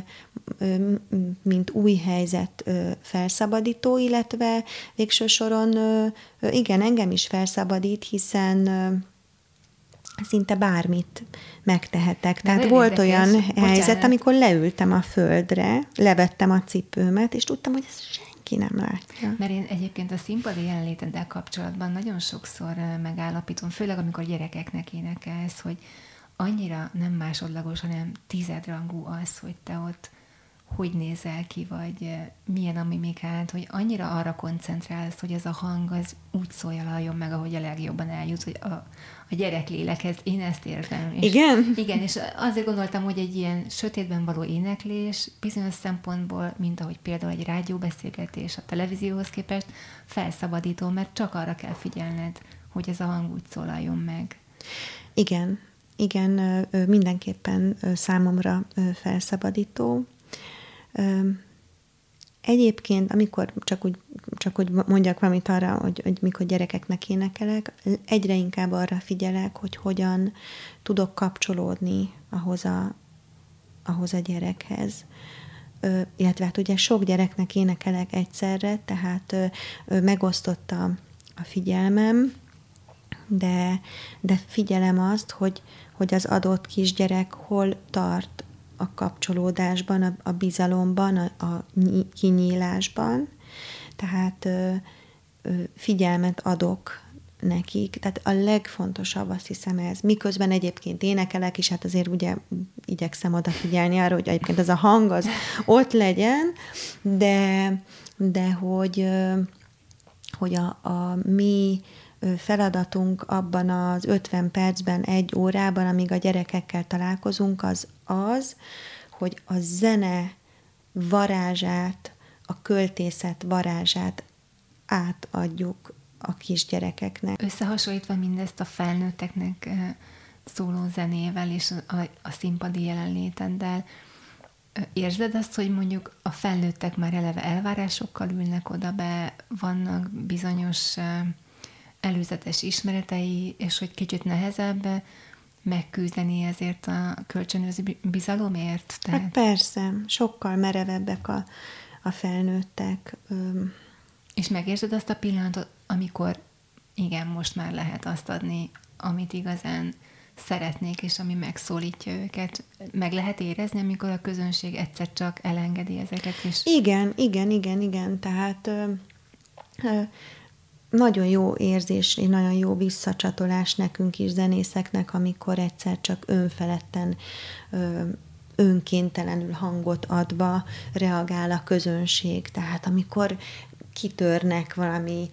mint új helyzet felszabadító, illetve végső soron igen, engem is felszabadít, hiszen szinte bármit megtehetek. Tehát nagyon volt érdekes. olyan Bocsánat. helyzet, amikor leültem a földre, levettem a cipőmet, és tudtam, hogy ezt senki nem látja. Mert én egyébként a színpadi jelenléteddel kapcsolatban nagyon sokszor megállapítom, főleg amikor gyerekeknek énekelsz, hogy annyira nem másodlagos, hanem tizedrangú az, hogy te ott hogy nézel ki, vagy milyen a mimikád, hogy annyira arra koncentrálsz, hogy ez a hang az úgy szólaljon meg, ahogy a legjobban eljut, hogy a, a gyerek lélekhez. Én ezt érzem. És igen? Igen, és azért gondoltam, hogy egy ilyen sötétben való éneklés bizonyos szempontból, mint ahogy például egy rádióbeszélgetés a televízióhoz képest, felszabadító, mert csak arra kell figyelned, hogy ez a hang úgy szólaljon meg. Igen, igen, mindenképpen számomra felszabadító. Egyébként, amikor csak úgy, csak úgy mondjak valamit arra, hogy, hogy mikor gyerekeknek énekelek, egyre inkább arra figyelek, hogy hogyan tudok kapcsolódni ahhoz a, ahhoz a gyerekhez. Ö, illetve hát ugye sok gyereknek énekelek egyszerre, tehát ö, ö, megosztott a, a figyelmem, de, de figyelem azt, hogy, hogy az adott kisgyerek hol tart a kapcsolódásban, a, a bizalomban, a, a kinyílásban, tehát ö, ö, figyelmet adok nekik, tehát a legfontosabb, azt hiszem ez. Miközben egyébként énekelek, és hát azért ugye igyekszem odafigyelni arra, hogy egyébként ez a hang az ott legyen, de, de hogy, hogy a, a mi feladatunk abban az ötven percben, egy órában, amíg a gyerekekkel találkozunk, az az, hogy a zene varázsát, a költészet varázsát átadjuk a kisgyerekeknek. Összehasonlítva mindezt a felnőtteknek szóló zenével és a, a színpadi jelenléteddel, érzed azt, hogy mondjuk a felnőttek már eleve elvárásokkal ülnek oda be, vannak bizonyos előzetes ismeretei, és hogy kicsit nehezebb megküzdeni ezért a kölcsönös bizalomért? Tehát... Hát persze, sokkal merevebbek a, a felnőttek. És megérzed azt a pillanatot, amikor igen, most már lehet azt adni, amit igazán szeretnék, és ami megszólítja őket. Meg lehet érezni, amikor a közönség egyszer csak elengedi ezeket is? Igen, igen, igen, igen. Tehát ö, ö, nagyon jó érzés, és nagyon jó visszacsatolás nekünk is, zenészeknek, amikor egyszer csak önfeledten, ö, önkéntelenül hangot adva reagál a közönség. Tehát amikor kitörnek valami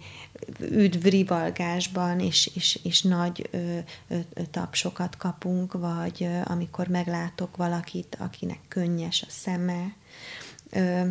üdvrivalgásban, és, és, és nagy ö, ö, tapsokat kapunk, vagy ö, amikor meglátok valakit, akinek könnyes a szeme, ö,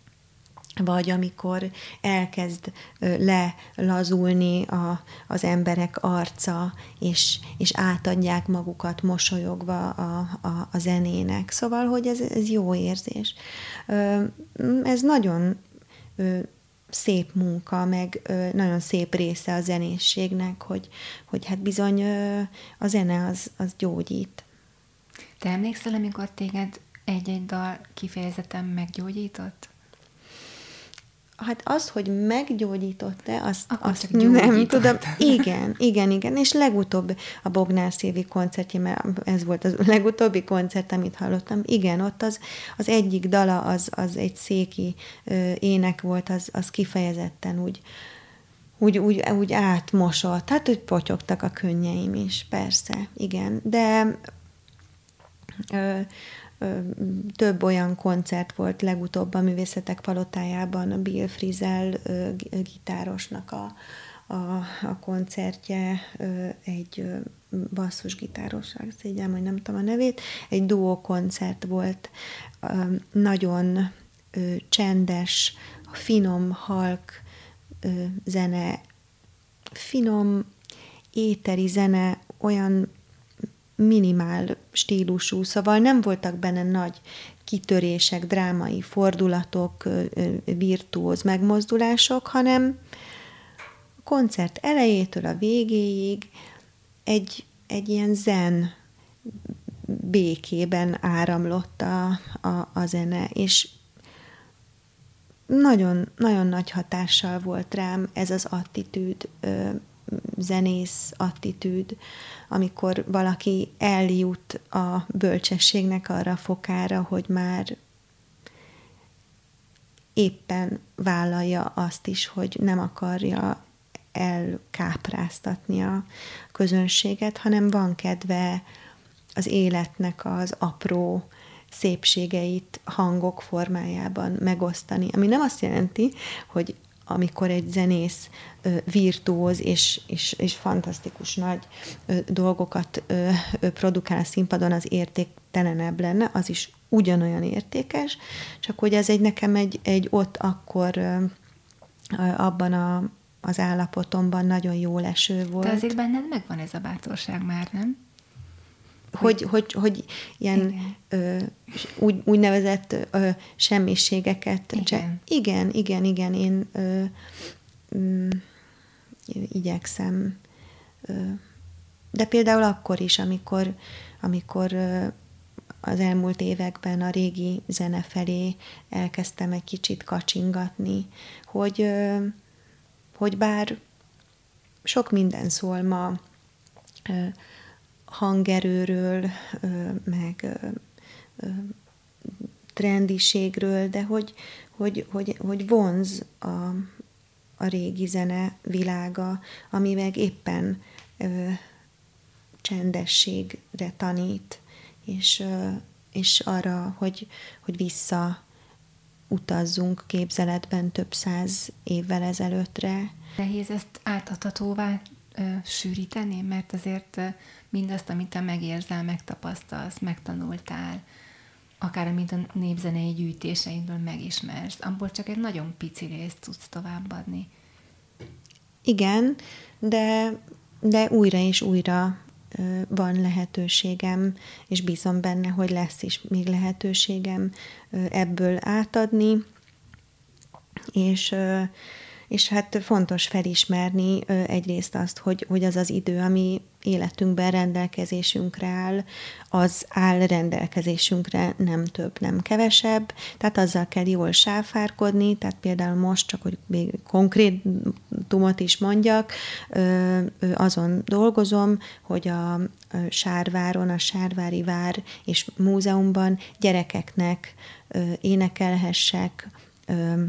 vagy amikor elkezd ö, lelazulni a, az emberek arca, és, és átadják magukat mosolyogva a, a, a zenének. Szóval, hogy ez, ez jó érzés. Ö, ez nagyon ö, szép munka, meg ö, nagyon szép része a zenészségnek, hogy, hogy hát bizony ö, a zene az, az gyógyít. Te emlékszel, amikor téged egy-egy dal kifejezetten meggyógyított? Hát az, hogy meggyógyított-e, azt, azt nem tudom. Igen, igen, igen. És legutóbb a Bognár Szilvi koncertje, mert ez volt az legutóbbi koncert, amit hallottam. Igen, ott az, az egyik dala, az, az egy széki ö, ének volt, az, az kifejezetten úgy, úgy, úgy, úgy átmosott. Hát úgy potyogtak a könnyeim is, persze, igen. De ö, több olyan koncert volt legutóbb a Művészetek Palotájában, a Bill Frisell gitárosnak a, a, a koncertje, egy basszusgitáros, szégyellem, hogy nem tudom a nevét, egy duó koncert volt, nagyon csendes, finom, halk zene, finom, éteri zene, olyan minimál stílusú, szóval nem voltak benne nagy kitörések, drámai fordulatok, virtuóz megmozdulások, hanem a koncert elejétől a végéig egy, egy ilyen zen békében áramlott a, a, a zene, és nagyon, nagyon nagy hatással volt rám ez az attitűd, zenész attitűd, amikor valaki eljut a bölcsességnek arra a fokára, hogy már éppen vállalja azt is, hogy nem akarja elkápráztatni a közönséget, hanem van kedve az életnek az apró szépségeit hangok formájában megosztani. Ami nem azt jelenti, hogy amikor egy zenész ö, virtuóz és, és, és fantasztikus nagy ö, dolgokat ö, ö, produkál a színpadon, az értéktelenebb lenne, az is ugyanolyan értékes, csak hogy ez egy nekem egy, egy ott akkor ö, ö, abban a, az állapotomban nagyon jó leső volt. De azért benned megvan ez a bátorság már, nem? Hogy, hogy, hogy ilyen ö, úgy, úgynevezett ö, semmiségeket... Igen. Cse- igen, igen, igen, én ö, ö, igyekszem. Ö, de például akkor is, amikor, amikor ö, az elmúlt években a régi zene felé elkezdtem egy kicsit kacsingatni, hogy, ö, hogy bár sok minden szól ma ö, hangerőről, meg trendiségről, de hogy, hogy, hogy, hogy vonz a, a régi zene világa, ami meg éppen ö, csendességre tanít, és, ö, és arra, hogy, hogy vissza utazzunk képzeletben több száz évvel ezelőttre. Nehéz ezt átadhatóvá ö, sűríteni, mert azért ö, mindazt, amit te megérzel, megtapasztalsz, megtanultál, akár amit a népzenei gyűjtéseidből megismersz, abból csak egy nagyon pici részt tudsz továbbadni. Igen, de, de újra és újra ö, van lehetőségem, és bízom benne, hogy lesz is még lehetőségem ö, ebből átadni, és ö, és hát fontos felismerni ö, egyrészt azt, hogy, hogy az az idő, ami életünkben rendelkezésünkre áll, az áll rendelkezésünkre nem több, nem kevesebb, tehát azzal kell jól sáfárkodni, tehát például most, csak hogy még konkrétumot is mondjak, ö, ö, azon dolgozom, hogy a Sárváron, a Sárvári Vár és Múzeumban gyerekeknek ö, énekelhessek ö,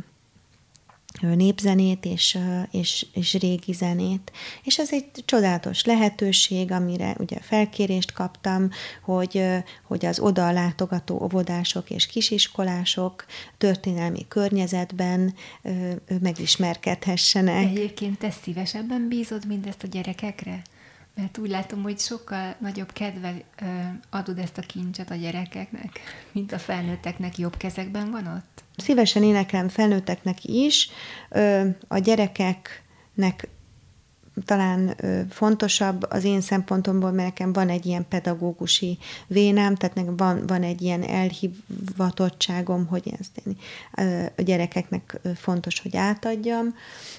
népzenét és, és, és régi zenét. És ez egy csodálatos lehetőség, amire ugye felkérést kaptam, hogy, hogy az oda látogató óvodások és kisiskolások történelmi környezetben megismerkedhessenek. Egyébként te szívesebben bízod mindezt a gyerekekre? Mert úgy látom, hogy sokkal nagyobb kedvel adod ezt a kincset a gyerekeknek, mint a felnőtteknek. Jobb kezekben van ott? Szívesen éneklem felnőtteknek is. A gyerekeknek talán fontosabb az én szempontomból, mert nekem van egy ilyen pedagógusi vénám, tehát nekem van, van egy ilyen elhivatottságom, hogy ezt én a gyerekeknek fontos, hogy átadjam.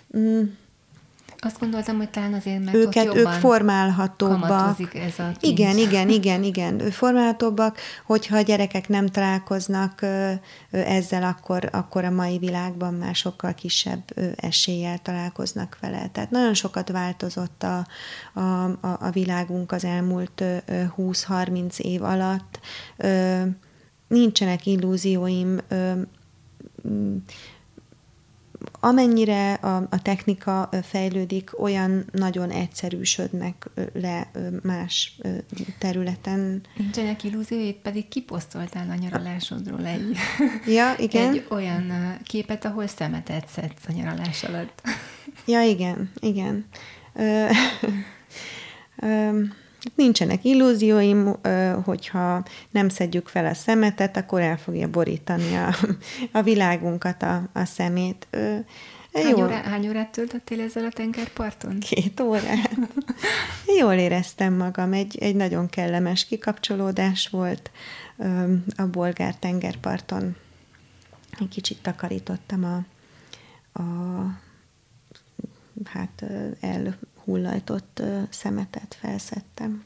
Azt gondoltam, hogy talán azért, mert őket, ott ők formálhatóbbak. Ez a igen, igen, igen, igen. Ő formálhatóbbak, hogyha a gyerekek nem találkoznak ezzel, akkor, akkor a mai világban már sokkal kisebb eséllyel találkoznak vele. Tehát nagyon sokat változott a, a, a világunk az elmúlt húsz-harminc év alatt. Nincsenek illúzióim, amennyire a, a technika fejlődik, olyan nagyon egyszerűsödnek le más területen. Nincsenek illúzióid, pedig kiposztoltál a nyaralásodról egy, ja, igen. egy olyan képet, ahol szemetet szedsz a nyaralás alatt. Ja, igen, igen. Ö, ö, nincsenek illúzióim, hogyha nem szedjük fel a szemetet, akkor el fogja borítani a, a világunkat, a, a szemét. Hány, órá, hány órát töltöttél ezzel a tengerparton? Két órát. Jól éreztem magam, egy, egy nagyon kellemes kikapcsolódás volt a bolgár tengerparton. Egy kicsit takarítottam a, a hát el hullajtott szemetet felszedtem.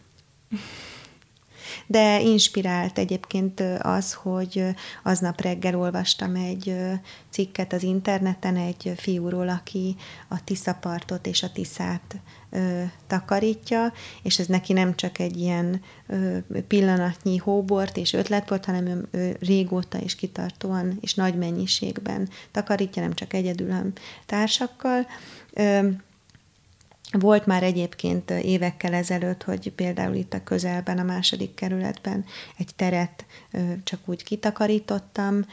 De inspirált egyébként az, hogy aznap reggel olvastam egy cikket az interneten egy fiúról, aki a Tiszapartot és a Tiszát ö, takarítja, és ez neki nem csak egy ilyen ö, pillanatnyi hóbort és ötlet volt, hanem ő, ő régóta és kitartóan és nagy mennyiségben takarítja, nem csak egyedül, hanem társakkal. Ö, Volt már egyébként évekkel ezelőtt, hogy például itt a közelben, a második kerületben egy teret csak úgy kitakarítottam,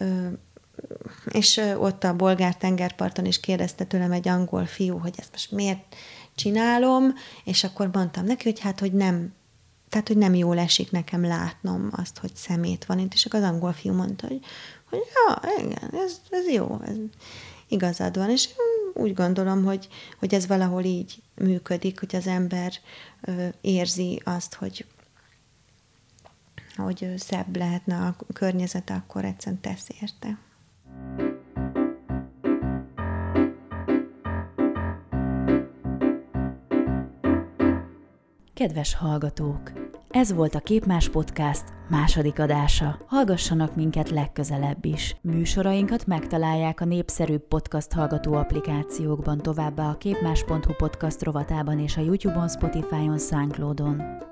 és ott a bolgár tengerparton is kérdezte tőlem egy angol fiú, hogy ezt most miért csinálom, és akkor mondtam neki, hogy hát, hogy nem, tehát, hogy nem jól esik nekem látnom azt, hogy szemét van itt, és akkor az angol fiú mondta, hogy, hogy ja, igen, ez, ez jó, ez igazad van, és úgy gondolom, hogy, hogy ez valahol így működik, hogy az ember ö, érzi azt, hogy, hogy szebb lehetne a környezete, akkor egyszerűen tesz érte. Kedves hallgatók! Ez volt a Képmás Podcast második adása. Hallgassanak minket legközelebb is. Műsorainkat megtalálják a népszerűbb podcast hallgató applikációkban, továbbá a képmás pont hu podcast rovatában és a YouTube-on, Spotify-on, SoundCloud-on.